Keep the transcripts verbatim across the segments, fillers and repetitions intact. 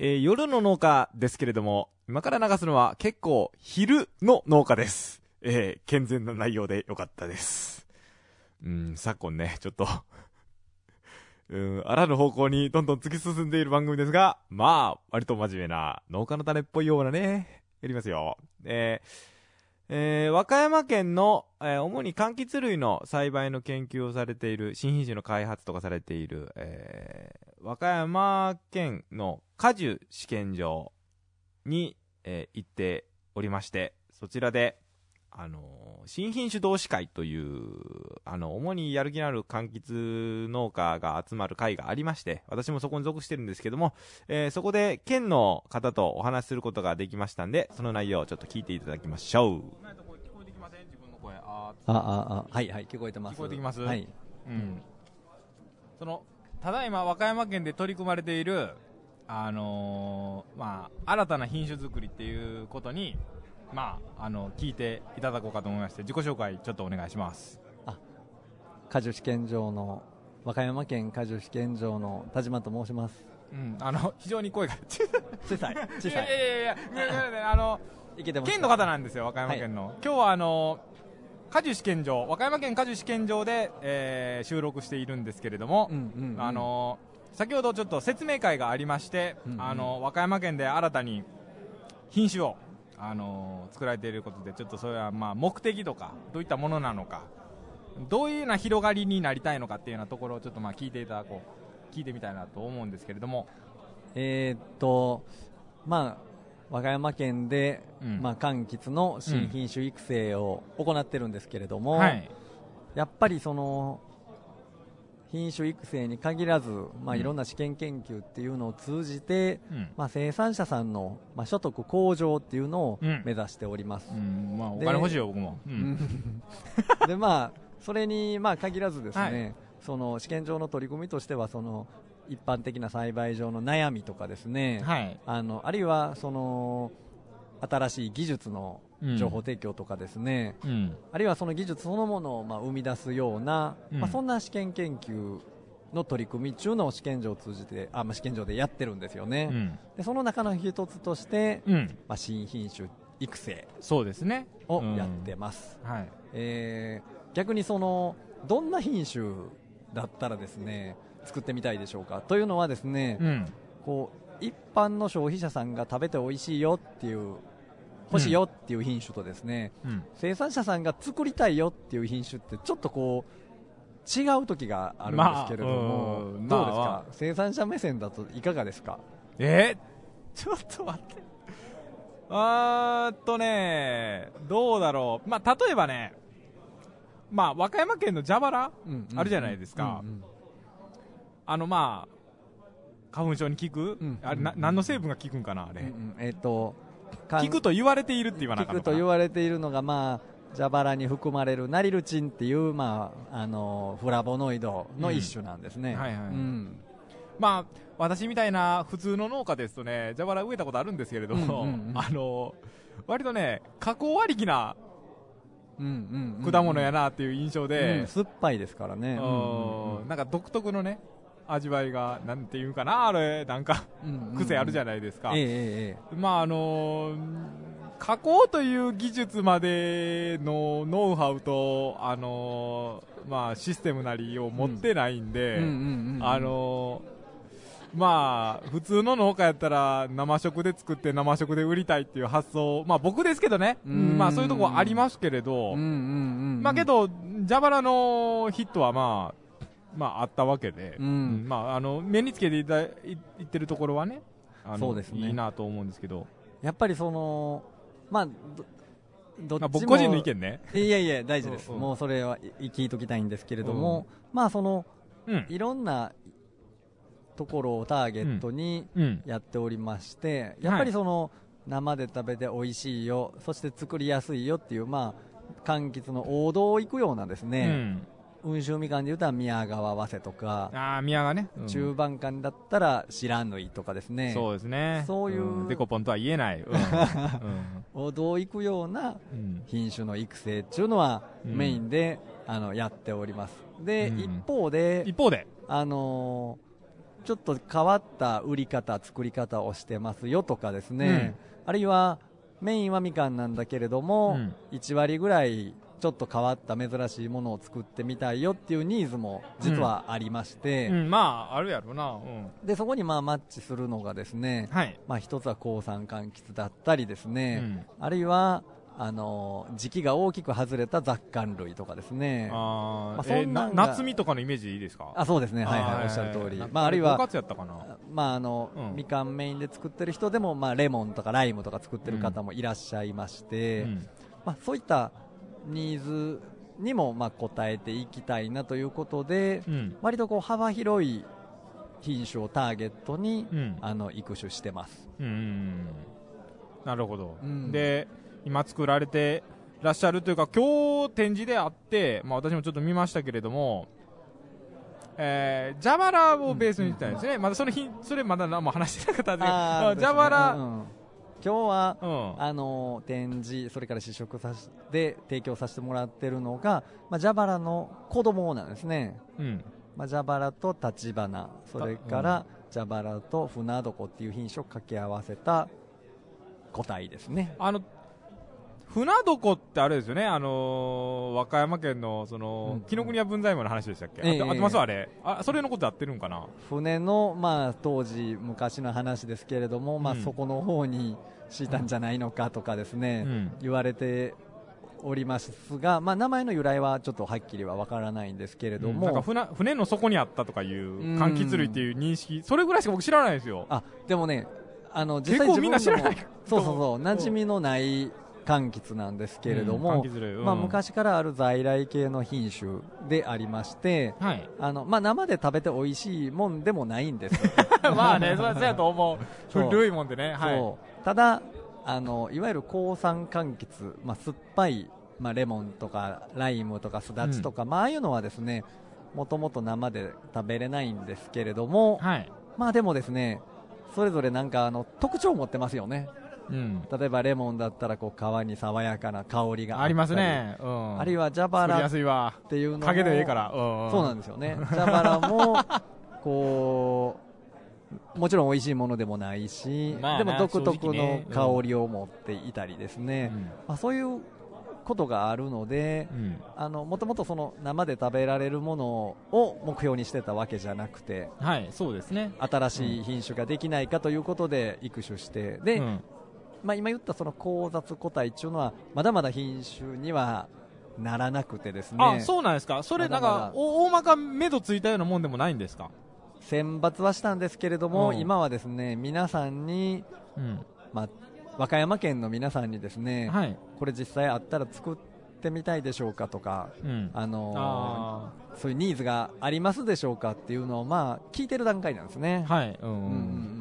えー、夜の農家ですけれども、今から流すのは結構昼の農家です。えー、健全な内容でよかったです。うん、昨今ね、ちょっとうん、あらぬ方向にどんどん突き進んでいる番組ですが、まあ、割と真面目な農家の種っぽいようなね、やりますよ。えーえー、和歌山県の、えー、主に柑橘類の栽培の研究をされている、新品種の開発とかされている、えー、和歌山県の果樹試験場に、えー、行っておりまして、そちらで、あのー、新品種同志会という、あの、主にやる気のある柑橘農家が集まる会がありまして、私もそこに属してるんですけども、えー、そこで県の方とお話しすることができましたんで、その内容をちょっと聞いていただきましょう。聞こえてきません？自分の声。ああああ、はいはい、聞こえてます。 聞こえてきます？ はい。 うん。その、ただいま和歌山県で取り組まれている、あのー、まあ、新たな品種作りっていうことに、まあ、あの聞いていただこうかと思いまして、自己紹介ちょっとお願いします。 あ、果樹試験場の和歌山県果樹試験場の田島と申します。 うん、あの非常に声が小さい小さい。 いやいやいやいやあの県の方なんですよ、和歌山県の。はい、今日はあの果樹試験場、和歌山県果樹試験場で、えー、収録しているんですけれども、うんうんうん、あの先ほどちょっと説明会がありまして、うんうん、あの和歌山県で新たに品種をあのー、作られていることで、ちょっとそれはまあ目的とかどういったものなのか、どういうような広がりになりたいのかっていうようなところをちょっとまあ聞いていただこう聞いてみたいなと思うんですけれども、 えー、っとまあ和歌山県で、うんまあ、柑橘の新品種育成を行ってるんですけれども、うんはい、やっぱりその品種育成に限らず、まあ、いろんな試験研究っていうのを通じて、うんまあ、生産者さんの、まあ、所得向上っていうのを目指しております、 うんうんまあ、お金欲しいよ僕も、うん、 でまあそれにまあ限らずですね、はい、その試験場の取り組みとしてはその一般的な栽培上の悩みとかですね、はい、あのあるいはその新しい技術の情報提供とかですね、うん、あるいはその技術そのものをまあ生み出すような、うんまあ、そんな試験研究の取り組み中の試験場を通じてあ、まあ、試験場でやってるんですよね、うん、でその中の一つとして、うんまあ、新品種育成そうですねをやってます、うんはいえー、逆にそのどんな品種だったらですね作ってみたいでしょうかというのはですね、うん、こう一般の消費者さんが食べて美味しいよっていう欲しいよっていう品種とですね、うん、生産者さんが作りたいよっていう品種ってちょっとこう違う時があるんですけれども、まあ、どうですか、まあ、生産者目線だといかがですか。 えー、ちょっと待ってあーっとねどうだろう、まあ、例えばね、まあ、和歌山県の蛇腹、うんうんうん、あるじゃないですか、うんうん、あのまあ花粉症に効く、うんうんうん、あれな何の成分が効くんかなあれ、うんうん、 えー、っと効くと言われているって言わなかったのかな。 効くと言われているのが、まあ、蛇腹に含まれるナリルチンっていう、まあ、あのフラボノイドの一種なんですね、うんはいはいうん、 まあ私みたいな普通の農家ですとね蛇腹植えたことあるんですけれども、うんうんうん、あの割とね加工ありきな果物やなっていう印象で、うんうん、 酸っぱいですからね、うんうんうん、なんか独特のね味わいがなんていうかなあれなんか、うんうん、癖あるじゃないですか、えーえー、まああのー、加工という技術までのノウハウとあのー、まあシステムなりを持ってないんで、あのー、まあ普通の農家やったら生食で作って生食で売りたいっていう発想、まあ僕ですけどね、うんうんうん、まあそういうところありますけれど、うんうんうんうん、まあけど蛇腹のヒットはまあまあ、あったわけで、うんうんまあ、あの目につけていたいってるところはね、あのそうですねいいなと思うんですけど、 やっぱりその、まあ、どどっちも、まあ、 僕個人の意見ねいやいや大事です、うんうん、もうそれは聞いときたいんですけれども、うん、まあその、うん、いろんなところをターゲットにやっておりまして、うんうん、やっぱりその、はい、生で食べて美味しいよそして作りやすいよっていう、まあ、柑橘の王道を行くようなですね、うん温州みかんでいうと宮川早生とかあ宮川ね、 うん、中盤柑だったら白縫いとかですねそうですねそういう、 うん、デコポンとは言えない、うんうん、 王道行くような品種の育成っていうのはメインで、うん、あのやっておりますで、うん、一方で一方であのちょっと変わった売り方作り方をしてますよとかですね、うん、あるいはメインはみかんなんだけれども、うん、いちわりぐらいちょっと変わった珍しいものを作ってみたいよっていうニーズも実はありまして、 うんうん、まああるやろな、うん、 でそこにまあマッチするのがですね、はい、まあ、一つは抗酸柑橘だったりですね、うん、あるいはあの時期が大きく外れた雑柑類とかですね。 あ、まあ、そんな夏見とかのイメージでいいですか？ あ、そうですね、はいはい、おっしゃる通り。まあ、あるいはごがつやったかな、 まああのうん、みかんメインで作ってる人でも、まあ、レモンとかライムとか作ってる方もいらっしゃいまして、うん、まあ、そういったニーズにもまあ応えていきたいなということで、うん、割とこう幅広い品種をターゲットに、うん、あの育種してます。 うん、なるほど、うん、で今作られてらっしゃるというか、今日展示であって、まあ、私もちょっと見ましたけれども、えー、蛇腹をベースに言ったんですね、うん、まだその日それまだ何も話してなかったんですけど、蛇腹、うんうん、 今日は、うん、あの展示それから試食さしで提供させてもらってるのが、まあ、蛇腹の子供なんですね、うん、まあ、蛇腹と立花、それから蛇腹と船床っていう品種を掛け合わせた個体ですね。 あの船床ってあれですよね、あのー、和歌山県のその、うん、紀ノ国屋文左衛門の話でしたっけ、えー、あってますあれ、あ、それのことやってるんかな。 船の、まあ、当時昔の話ですけれども、まあ、そこの方に敷いたんじゃないのかとかですね、うん、言われておりますが、まあ、名前の由来はちょっとはっきりはわからないんですけれども、うん、なんか 船, 船の底にあったとかいう柑橘類っていう認識、それぐらいしか僕知らないですよ。 あ、でもね、あの実際自分でもみんな知らないそうそうそう、馴染みのない柑橘なんですけれども、うんうん、まあ、昔からある在来系の品種でありまして、はい、あのまあ、生で食べて美味しいもんでもないんですまあね、そうやと思う、古いもんでね、はい、 そうただあのいわゆる抗酸柑橘、まあ、酸っぱい、まあ、レモンとかライムとかすだちとか、うん、まあ、ああいうのはですねもともと生で食べれないんですけれども、はい、まあでもですねそれぞれなんかあの特徴を持ってますよね。うん、例えばレモンだったらこう皮に爽やかな香りがあったり、 ありますね、うん、 あるいは蛇腹っていうのも影でいいから、うんうん、 そうなんですよね。蛇腹もこうもちろん美味しいものでもないし、まあ、でも独特の香りを持っていたりですね、うん、まあ、そういうことがあるので、うん、あのもともとその生で食べられるものを目標にしてたわけじゃなくて、 はい、そうですね、 新しい品種ができないかということで育種してで、うん、まあ、今言ったその交雑個体っていうのはまだまだ品種にはならなくてですね。 あ、そうなんですか。それなんかまだまだ大まか目処ついたようなもんでもないんですか。 選抜はしたんですけれども、うん、今はですね皆さんに、うん、まあ、和歌山県の皆さんにですね、はい、これ実際あったら作ってみたいでしょうかとか、うん、あのー、あそういうニーズがありますでしょうかっていうのをまあ聞いてる段階なんですね。はい、うんうんうん、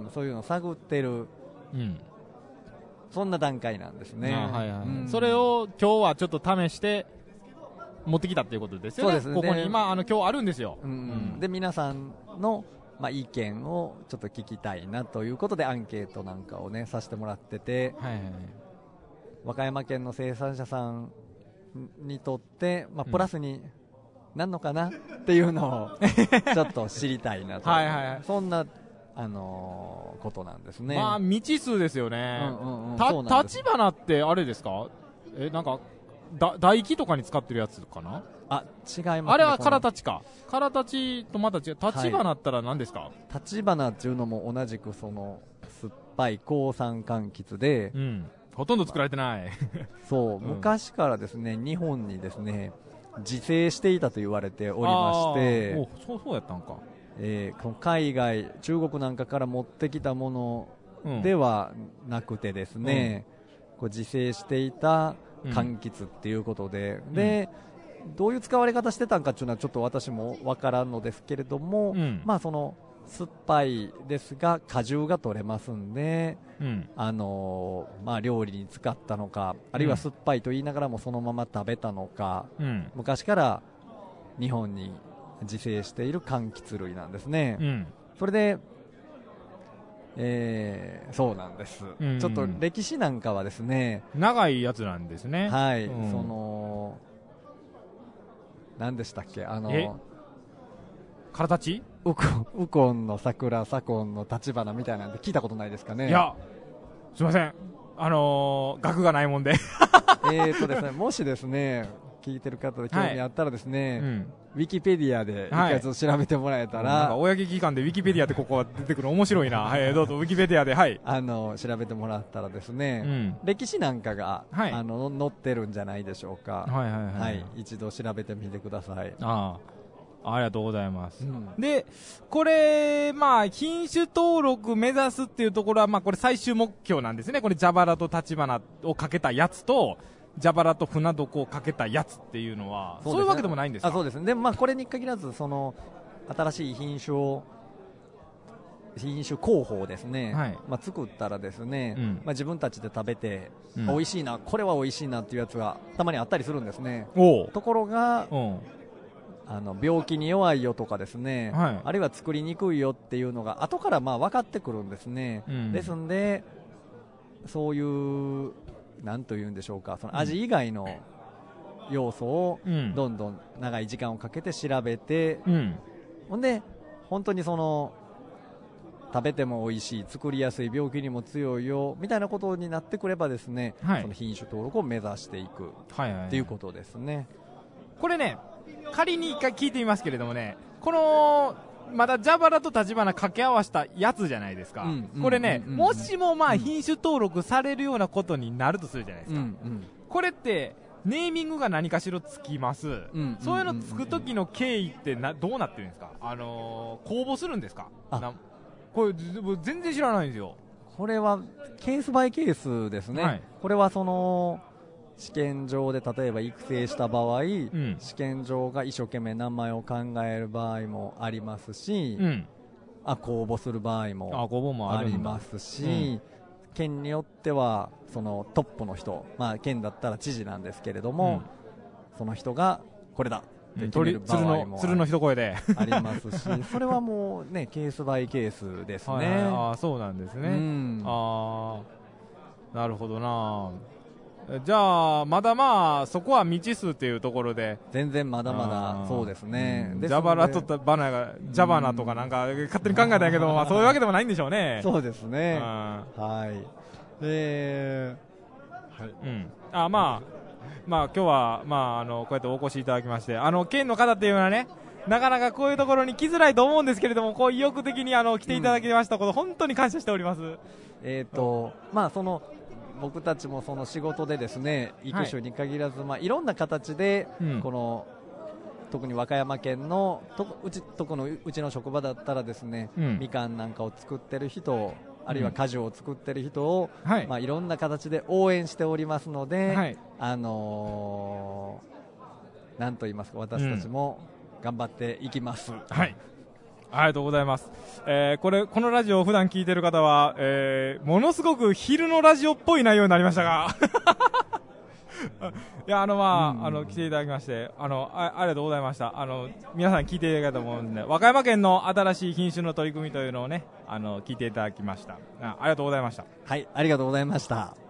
そういうのを探ってる、うん、そんな段階なんですね。はいはい、 うん、それを今日はちょっと試して持ってきたということですよね。そうですね。ここに今あの今日あるんですよ。うんうん、で皆さんのまあ意見をちょっと聞きたいなということでアンケートなんかをねさせてもらってて、はいはいはい、和歌山県の生産者さんにとってまあプラスになんのかなっていうのをちょっと知りたいなとはいはい、はい、そんなあのー、ことなんですね。 まあ未知数ですよね。うんうんうん、た立花ってあれですか。えなんかだ唾液とかに使ってるやつかな。 あ、違います、ね、 あれは空立ちか。空立ちとまた違う。立花ったら何ですか。 立花っていうのも同じくその酸っぱい抗酸柑橘で、 うん、ほとんど作られてないそう、うん、昔からですね日本にですね自生していたと言われておりまして、 おそうそうやったんか。 えー、この海外中国なんかから持ってきたものではなくてですね、うん、こう自生していた柑橘っていうことで、うん、で、うん、どういう使われ方してたんかっていうのはちょっと私もわからんのですけれども、うん、まあその酸っぱいですが果汁が取れますんで、うん、あのー、まあ料理に使ったのか、あるいは酸っぱいと言いながらもそのまま食べたのか、うん、昔から日本に自生している柑橘類なんですね、うん、それで、えー、そうなんです、うん、ちょっと歴史なんかはですね長いやつなんですね。 はい、うん、その何でしたっけ、あの空立ちウコン、ウコンの桜、左近の立花みたいなんで聞いたことないですかね。 いや、すいません。あのー、額がないもんで。 えーとですね、もしですね、聞いてる方で興味あったらですね、はいうん、ウィキペディアで一回調べてもらえたら、はい、 なんか公機関でウィキペディアってここ出てくるの面白いな。はい、どうぞウィキペディアで、はい。 あの、調べてもらったらですね、うん、歴史なんかが、はい、あの、載ってるんじゃないでしょうか。はいはいはい。はい、一度調べてみてください。 ああ。ありがとうございます。うん、で、これ、まあ、品種登録目指すっていうところは、まあ、これ最終目標なんですね。これ、蛇腹と立花をかけたやつと、蛇腹と船床をかけたやつっていうのは、そう、ね,、いうわけでもないんですか？ あ、そうですね。でも、まあ、これに限らず、その、新しい品種を、品種候補をですね、はい、まあ、作ったらですね、うん、まあ、自分たちで食べて、うん、美味しいな、これは美味しいなっていうやつがたまにあったりするんですね。ところが、あの病気に弱いよとかですね、はい、あるいは作りにくいよっていうのが後からまあ分かってくるんですね、うん、ですんでそういうなんというんでしょうか、その味以外の要素をどんどん長い時間をかけて調べて、うん、ほんで本当にその食べても美味しい、作りやすい、病気にも強いよみたいなことになってくればですね、はい、その品種登録を目指していくっていうことですね。 これね、仮に一回聞いてみますけれどもね、このまだ蛇腹と立花掛け合わせたやつじゃないですか、うんうん、これね、うんうん、もしもまあ品種登録されるようなことになるとするじゃないですか、うんうん、これってネーミングが何かしらつきます、うんうんうんうん、そういうのつく時の経緯ってなどうなってるんですか、あのー、公募するんですか？なこれ全然知らないんですよ。 これはケースバイケースですね、はい、これはその試験場で例えば育成した場合、うん、試験場が一生懸命名前を考える場合もありますし、うん、あ公募する場合もありますし、うん、県によってはそのトップの人、まあ、県だったら知事なんですけれども、うん、その人がこれだって決める場合も鶴の一声でありますしそれはもうねケースバイケースですね、はいはい、 あそうなんですね、うん、あなるほどな。じゃあまだまあそこは未知数というところで全然まだまだそうですね。 蛇腹とバナが蛇花とかなんか勝手に考えたんやけど、まあそういうわけでもないんでしょうね。 そうですね。はいで、 はい、うん、あまあまあ今日はまああのこうやってお越しいただきまして、あの県の方っていうのはねなかなかこういうところに来づらいと思うんですけれども、こう意欲的にあの来ていただきましたこと、うん、本当に感謝しております。 えっとまあその僕たちもその仕事でですね育種に限らず、はいまあ、いろんな形で、うん、この特に和歌山県のとうちとこのうちの職場だったらですね、うん、みかんなんかを作ってる人あるいは果樹を作ってる人を、うんはいまあ、いろんな形で応援しておりますので、はい、あのー、なんと言いますか私たちも頑張っていきます、うん、 はいありがとうございます、えー、これこのラジオを普段聞いてる方は、えー、ものすごく昼のラジオっぽい内容になりましたがいやあのまあ、うんうん、あの来ていただきましてあの あ, ありがとうございました。あの皆さん聞いていただけたと思うんで、和歌山県の新しい品種の取り組みというのをねあの聞いていただきました。 あ, ありがとうございました。 はいありがとうございました。